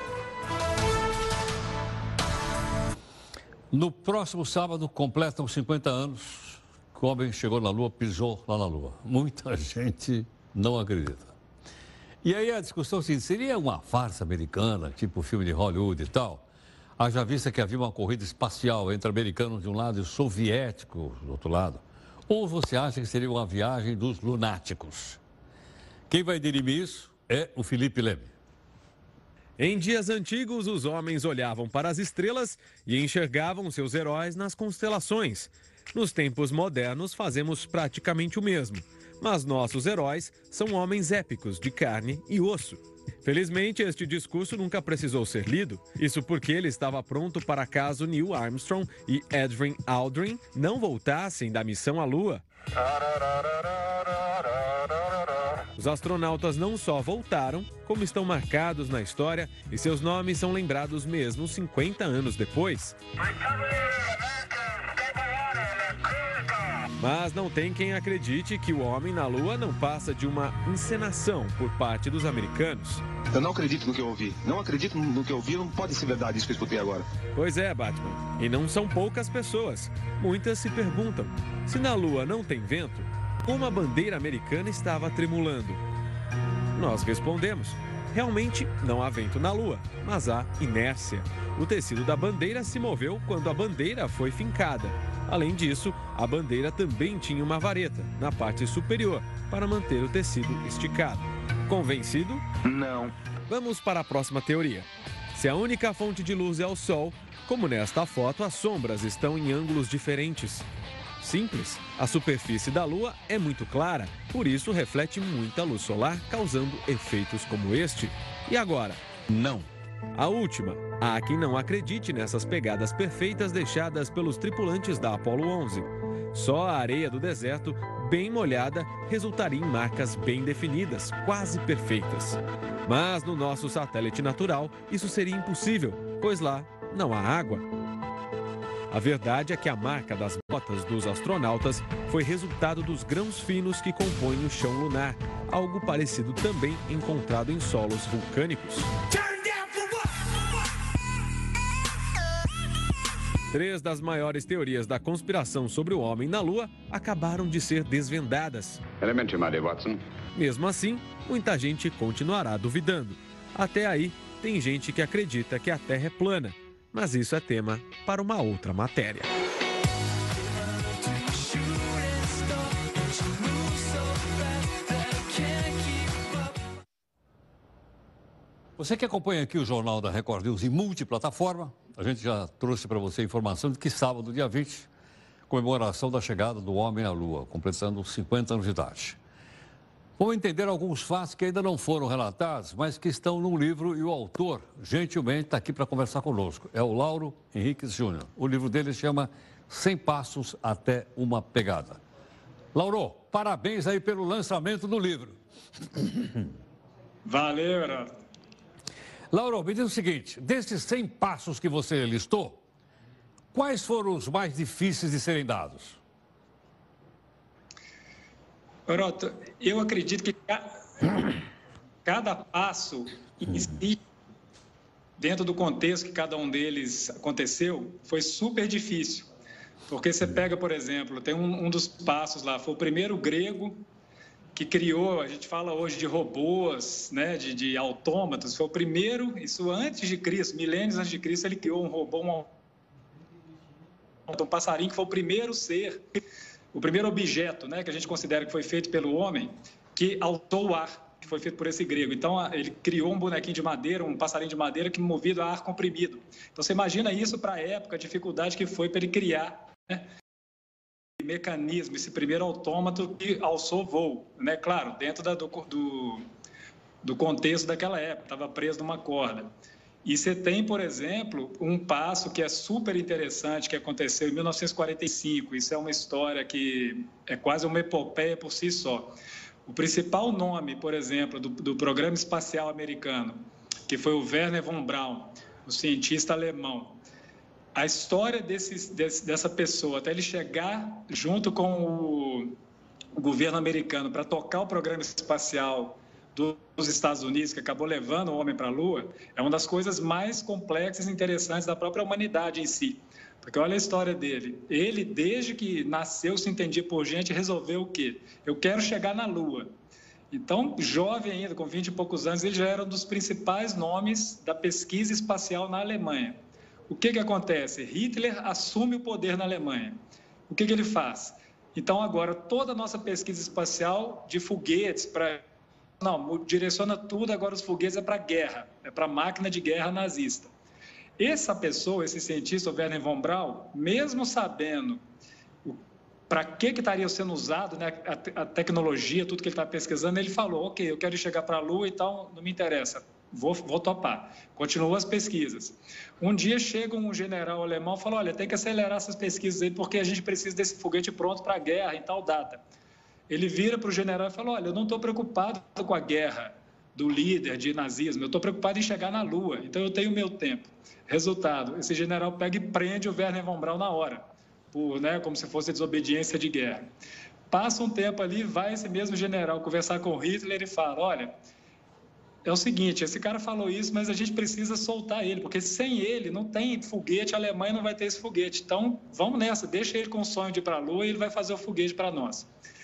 No próximo sábado, completam cinquenta anos que o homem chegou na Lua, pisou lá na Lua. Muita gente não acredita. E aí a discussão assim, seria uma farsa americana, tipo filme de Hollywood e tal? Haja vista que havia uma corrida espacial entre americanos de um lado e soviéticos do outro lado. Ou você acha que seria uma viagem dos lunáticos? Quem vai dirimir isso é o Felipe Leme. Em dias antigos, os homens olhavam para as estrelas e enxergavam seus heróis nas constelações. Nos tempos modernos, fazemos praticamente o mesmo. Mas nossos heróis são homens épicos de carne e osso. Felizmente, este discurso nunca precisou ser lido. Isso porque ele estava pronto para caso Neil Armstrong e Edwin Aldrin não voltassem da missão à Lua. Os astronautas não só voltaram, como estão marcados na história e seus nomes são lembrados mesmo cinquenta anos depois. Mas não tem quem acredite que o homem na Lua não passa de uma encenação por parte dos americanos. Eu não acredito no que eu ouvi. Não acredito no que eu ouvi, não pode ser verdade isso que eu escutei agora. Pois é, Batman. E não são poucas pessoas. Muitas se perguntam, se na Lua não tem vento, como a bandeira americana estava tremulando? Nós respondemos, realmente não há vento na Lua, mas há inércia. O tecido da bandeira se moveu quando a bandeira foi fincada. Além disso, a bandeira também tinha uma vareta na parte superior para manter o tecido esticado. Convencido? Não. Vamos para a próxima teoria. Se a única fonte de luz é o Sol, como nesta foto as sombras estão em ângulos diferentes? Simples. A superfície da Lua é muito clara, por isso reflete muita luz solar, causando efeitos como este. E agora? Não. A última. Há quem não acredite nessas pegadas perfeitas deixadas pelos tripulantes da Apollo onze. Só a areia do deserto, bem molhada, resultaria em marcas bem definidas, quase perfeitas. Mas no nosso satélite natural, isso seria impossível, pois lá não há água. A verdade é que a marca das botas dos astronautas foi resultado dos grãos finos que compõem o chão lunar, algo parecido também encontrado em solos vulcânicos. Três das maiores teorias da conspiração sobre o homem na Lua acabaram de ser desvendadas. Elementary, my dear Watson. Mesmo assim, muita gente continuará duvidando. Até aí, tem gente que acredita que a Terra é plana. Mas isso é tema para uma outra matéria. Você que acompanha aqui o Jornal da Record News em multiplataforma, a gente já trouxe para você a informação de que sábado, dia vinte, comemoração da chegada do homem à Lua, completando cinquenta anos de idade. Vamos entender alguns fatos que ainda não foram relatados, mas que estão no livro e o autor, gentilmente, está aqui para conversar conosco. É o Lauro Henriques Júnior. O livro dele chama cem passos até uma pegada. Lauro, parabéns aí pelo lançamento do livro. Valeu, Herói. Lauro, me diz o seguinte, desses cem passos que você listou, quais foram os mais difíceis de serem dados? Heroto, eu acredito que cada passo em si, dentro do contexto que cada um deles aconteceu, foi super difícil. Porque você pega, por exemplo, tem um, um dos passos lá, foi o primeiro grego que criou, a gente fala hoje de robôs, né, de, de autômatos, foi o primeiro, isso antes de Cristo, milênios antes de Cristo, ele criou um robô, um, um passarinho que foi o primeiro ser, o primeiro objeto, né, que a gente considera que foi feito pelo homem, que alçou o ar, que foi feito por esse grego. Então, ele criou um bonequinho de madeira, um passarinho de madeira que movido a ar comprimido. Então, você imagina isso para a época, a dificuldade que foi para ele criar, né, esse mecanismo, esse primeiro autômato que alçou voo, né, claro, dentro da, do, do, do contexto daquela época, estava preso numa corda. E você tem, por exemplo, um passo que é super interessante, que aconteceu em mil novecentos e quarenta e cinco. Isso é uma história que é quase uma epopeia por si só. O principal nome, por exemplo, do, do programa espacial americano, que foi o Wernher von Braun, o cientista alemão. A história desse, desse, dessa pessoa, até ele chegar junto com o, o governo americano para tocar o programa espacial dos Estados Unidos, que acabou levando o homem para a Lua, é uma das coisas mais complexas e interessantes da própria humanidade em si. Porque olha a história dele. Ele, desde que nasceu, se entendia por gente, resolveu o quê? Eu quero chegar na Lua. Então, jovem ainda, com vinte e poucos anos, ele já era um dos principais nomes da pesquisa espacial na Alemanha. O que que acontece? Hitler assume o poder na Alemanha. O que que ele faz? Então, agora, toda a nossa pesquisa espacial de foguetes para... Não, direciona tudo, agora os foguetes é para a guerra, é para a máquina de guerra nazista. Essa pessoa, esse cientista, o Wernher von Braun, mesmo sabendo para que que estaria sendo usado, né, a, a tecnologia, tudo que ele está pesquisando, ele falou, ok, eu quero chegar para a Lua e tal, não me interessa, vou, vou topar. Continuou as pesquisas. Um dia chega um general alemão e fala, olha, tem que acelerar essas pesquisas aí, porque a gente precisa desse foguete pronto para a guerra em tal data. Ele vira para o general e fala, olha, eu não estou preocupado com a guerra do líder de nazismo, eu estou preocupado em chegar na Lua, então eu tenho meu tempo. Resultado, esse general pega e prende o Wernher von Braun na hora. Por, né, como se fosse desobediência de guerra. Passa um tempo ali, vai esse mesmo general conversar com Hitler e fala, olha, é o seguinte, esse cara falou isso, mas a gente precisa soltar ele, porque sem ele não tem foguete, a Alemanha não vai ter esse foguete. Então, vamos nessa, deixa ele com o sonho de ir para a Lua e ele vai fazer o foguete para nós.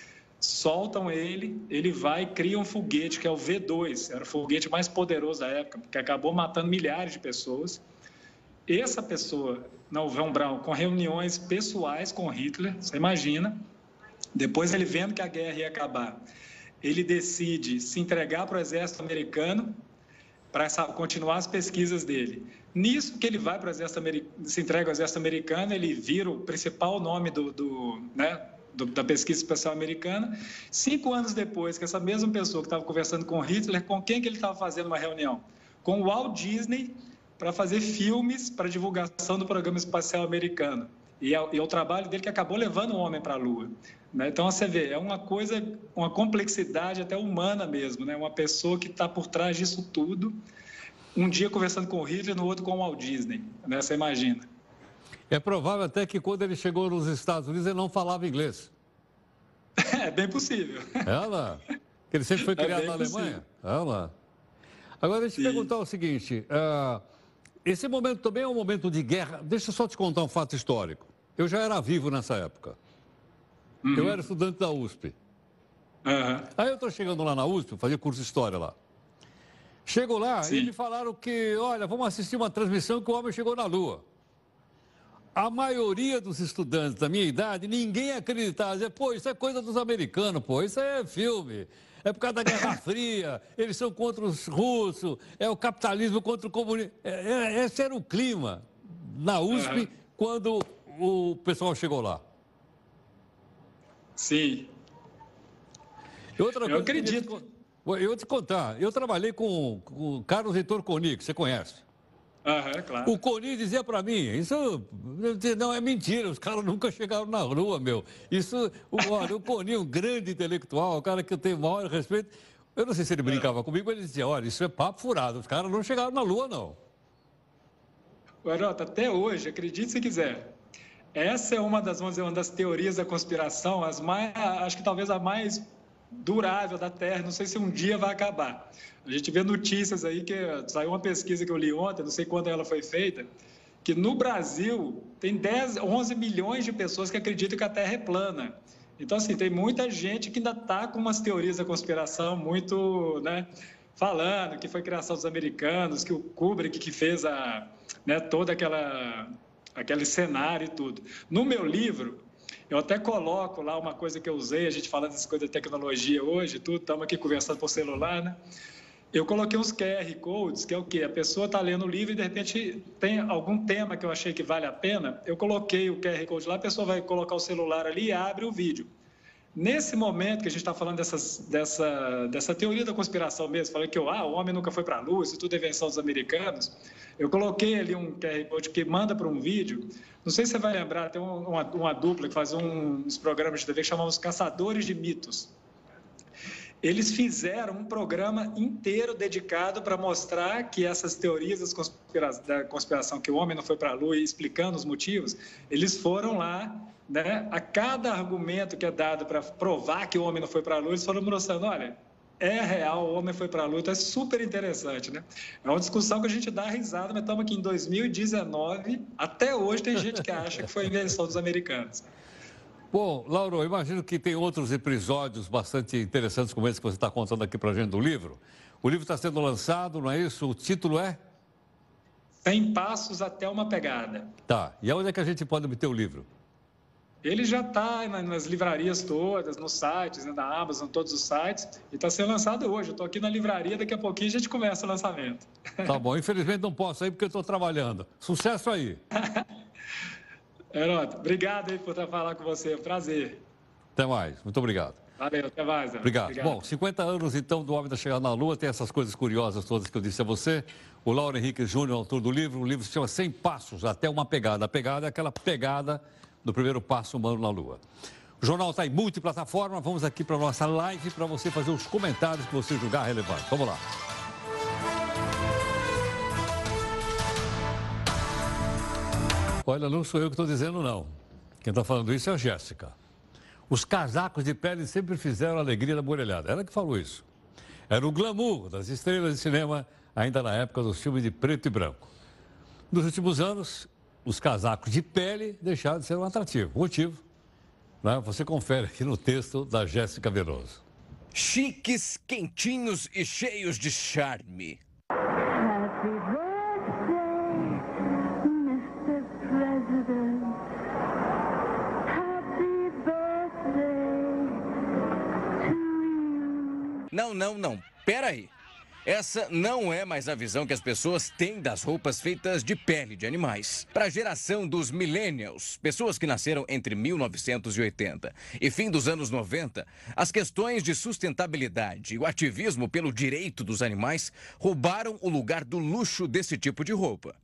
Soltam ele, ele vai e cria um foguete, que é o V dois, era o foguete mais poderoso da época, que acabou matando milhares de pessoas. Essa pessoa, não, o Von Braun, com reuniões pessoais com Hitler, você imagina, depois ele vendo que a guerra ia acabar, ele decide se entregar para o exército americano para continuar as pesquisas dele. Nisso que ele vai para o exército americano, se entrega ao exército americano, ele vira o principal nome do, do, né, do, da pesquisa espacial americana. Cinco anos depois, que essa mesma pessoa que estava conversando com Hitler, com quem que ele estava fazendo uma reunião? Com o Walt Disney, para fazer filmes para divulgação do programa espacial americano. E é, e é o trabalho dele que acabou levando o homem para a Lua. Né? Então, você vê, é uma coisa, uma complexidade até humana mesmo, né? Uma pessoa que está por trás disso tudo, um dia conversando com o Hitler, no outro com o Walt Disney. Né? Você imagina. É provável até que quando ele chegou nos Estados Unidos, ele não falava inglês. É bem possível. Ela, que ele sempre foi criado é na Alemanha. Ela. Agora, deixa eu te perguntar o seguinte... Uh... Esse momento também é um momento de guerra. Deixa eu só te contar um fato histórico. Eu já era vivo nessa época. Uhum. Eu era estudante da U S P. Uhum. Aí eu estou chegando lá na U S P, fazia curso de História lá. Chego lá Sim. e me falaram que, olha, vamos assistir uma transmissão que o homem chegou na Lua. A maioria dos estudantes da minha idade, ninguém acreditava. Dizia, pô, isso é coisa dos americanos, pô, isso é filme. É por causa da Guerra Fria, eles são contra os russos, é o capitalismo contra o comunismo. É, é, esse era o clima na U S P uhum. quando o pessoal chegou lá. Sim. Outra eu coisa acredito. Que eu vou te contar, eu trabalhei com, com o Carlos Heitor Coni, que você conhece. Uhum, claro. O Coni dizia para mim, isso não é mentira, os caras nunca chegaram na Lua, meu. Isso, olha, o Coni, um grande intelectual, um cara que eu tenho o maior respeito. Eu não sei se ele brincava é. comigo, mas ele dizia, olha, isso é papo furado, os caras não chegaram na Lua, não. Garota, até hoje, acredite se quiser, essa é uma das, vamos dizer, uma das teorias da conspiração, as mais, acho que talvez a mais durável da Terra, não sei se um dia vai acabar. A gente vê notícias aí que saiu uma pesquisa que eu li ontem, não sei quando ela foi feita, que no Brasil tem dez, onze milhões de pessoas que acreditam que a Terra é plana. Então, assim, tem muita gente que ainda está com umas teorias da conspiração muito, né, falando que foi criação dos americanos, que o Kubrick que fez a, né, toda aquela, aquele cenário e tudo. No meu livro, eu até coloco lá uma coisa que eu usei, a gente falando dessa coisa de tecnologia hoje, tudo, estamos aqui conversando por celular, né? Eu coloquei uns Q R Codes, que é o quê? A pessoa está lendo o livro e, de repente, tem algum tema que eu achei que vale a pena, eu coloquei o Q R Code lá, a pessoa vai colocar o celular ali e abre o vídeo. Nesse momento que a gente está falando dessas, dessa, dessa teoria da conspiração mesmo, falando que ah, o homem nunca foi para a Lua, isso tudo é invenção dos americanos, eu coloquei ali um Q R Code que manda para um vídeo, não sei se você vai lembrar, tem uma, uma dupla que faz uns programas de T V que chamam os Caçadores de Mitos. Eles fizeram um programa inteiro dedicado para mostrar que essas teorias das conspira da conspiração, que o homem não foi para a Lua, e explicando os motivos, eles foram lá, né, a cada argumento que é dado para provar que o homem não foi para a Lua, eles foram mostrando, olha, é real, o homem foi para a Lua, então é super interessante, né? É uma discussão que a gente dá risada, mas estamos aqui em dois mil e dezenove, até hoje tem gente que acha que foi invenção dos americanos. Bom, Lauro, eu imagino que tem outros episódios bastante interessantes como esse que você está contando aqui para a gente do livro. O livro está sendo lançado, não é isso? O título é? cem passos até uma pegada. Tá. E onde é que a gente pode obter o livro? Ele já está nas livrarias todas, nos sites, né, da Amazon, todos os sites, e está sendo lançado hoje. Eu estou aqui na livraria, daqui a pouquinho a gente começa o lançamento. Tá bom. Infelizmente não posso ir porque eu estou trabalhando. Sucesso aí. Heródoto, obrigado aí por falar com você. Prazer. Até mais. Muito obrigado. Valeu, até mais. Heródoto. Obrigado. Obrigado. Bom, cinquenta anos então do Homem da Chegada na Lua, tem essas coisas curiosas todas que eu disse a você. O Lauro Henrique Júnior, autor do livro, o livro se chama cem passos até uma pegada. A pegada é aquela pegada do primeiro passo humano na Lua. O jornal está em multiplataforma, vamos aqui para a nossa live para você fazer os comentários que você julgar relevantes. Vamos lá. Olha, não sou eu que estou dizendo, não. Quem está falando isso é a Jéssica. Os casacos de pele sempre fizeram a alegria da Borelhada. Ela que falou isso. Era o glamour das estrelas de cinema, ainda na época dos filmes de preto e branco. Nos últimos anos, os casacos de pele deixaram de ser um atrativo. Motivo, né? Você confere aqui no texto da Jéssica Veloso. Chiques, quentinhos e cheios de charme. Happy birthday, mister President. Happy birthday to you. Não, não, não. Pera aí. Essa não é mais a visão que as pessoas têm das roupas feitas de pele de animais. Para a geração dos millennials, pessoas que nasceram entre mil novecentos e oitenta e fim dos anos noventa, as questões de sustentabilidade e o ativismo pelo direito dos animais roubaram o lugar do luxo desse tipo de roupa.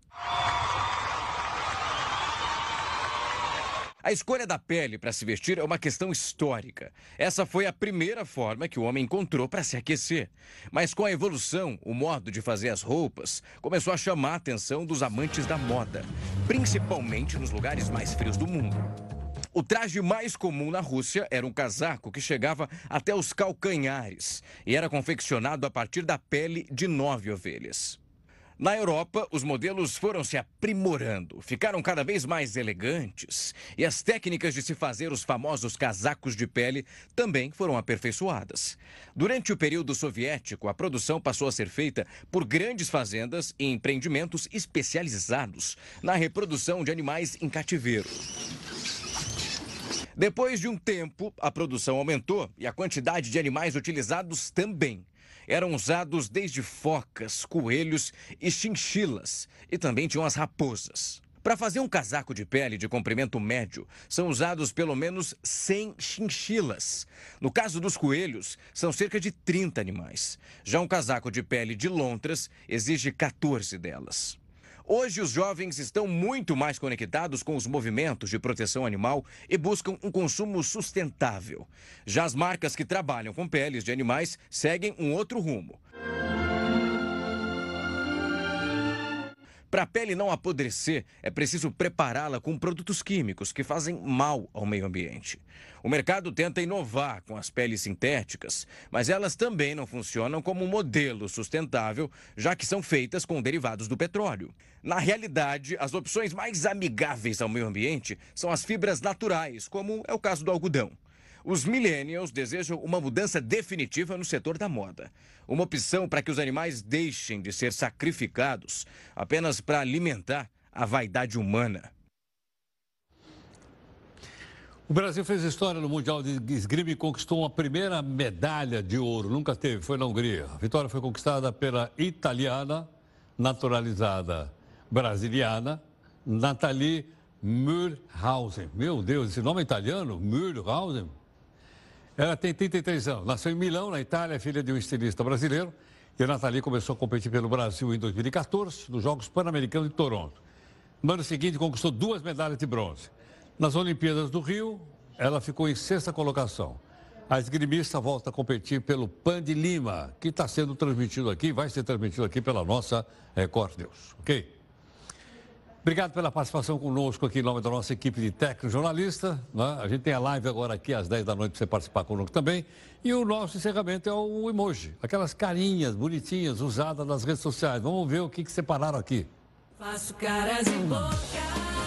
A escolha da pele para se vestir é uma questão histórica. Essa foi a primeira forma que o homem encontrou para se aquecer. Mas com a evolução, o modo de fazer as roupas começou a chamar a atenção dos amantes da moda, principalmente nos lugares mais frios do mundo. O traje mais comum na Rússia era um casaco que chegava até os calcanhares e era confeccionado a partir da pele de nove ovelhas. Na Europa, os modelos foram se aprimorando, ficaram cada vez mais elegantes e as técnicas de se fazer os famosos casacos de pele também foram aperfeiçoadas. Durante o período soviético, a produção passou a ser feita por grandes fazendas e empreendimentos especializados na reprodução de animais em cativeiro. Depois de um tempo, a produção aumentou e a quantidade de animais utilizados também. Eram usados desde focas, coelhos e chinchilas, e também tinham as raposas. Para fazer um casaco de pele de comprimento médio, são usados pelo menos cem chinchilas. No caso dos coelhos, são cerca de trinta animais. Já um casaco de pele de lontras exige quatorze delas. Hoje, os jovens estão muito mais conectados com os movimentos de proteção animal e buscam um consumo sustentável. Já as marcas que trabalham com peles de animais seguem um outro rumo. Para a pele não apodrecer, é preciso prepará-la com produtos químicos que fazem mal ao meio ambiente. O mercado tenta inovar com as peles sintéticas, mas elas também não funcionam como um modelo sustentável, já que são feitas com derivados do petróleo. Na realidade, as opções mais amigáveis ao meio ambiente são as fibras naturais, como é o caso do algodão. Os millennials desejam uma mudança definitiva no setor da moda. Uma opção para que os animais deixem de ser sacrificados apenas para alimentar a vaidade humana. O Brasil fez história no Mundial de Esgrima e conquistou uma primeira medalha de ouro. Nunca teve, foi na Hungria. A vitória foi conquistada pela italiana, naturalizada brasiliana, Nathalie Mühlhausen. Meu Deus, esse nome é italiano? Mühlhausen? Ela tem trinta e três anos, nasceu em Milão, na Itália, é filha de um estilista brasileiro. E a Nathalie começou a competir pelo Brasil em dois mil e quatorze, nos Jogos Pan-Americanos de Toronto. No ano seguinte, conquistou duas medalhas de bronze. Nas Olimpíadas do Rio, ela ficou em sexta colocação. A esgrimista volta a competir pelo Pan de Lima, que está sendo transmitido aqui, vai ser transmitido aqui pela nossa Record News, ok? Obrigado pela participação conosco aqui em nome da nossa equipe de técnico jornalista. Né? A gente tem a live agora aqui às dez da noite para você participar conosco também. E o nosso encerramento é o emoji, aquelas carinhas bonitinhas usadas nas redes sociais. Vamos ver o que, que separaram aqui. Faço caras em boca.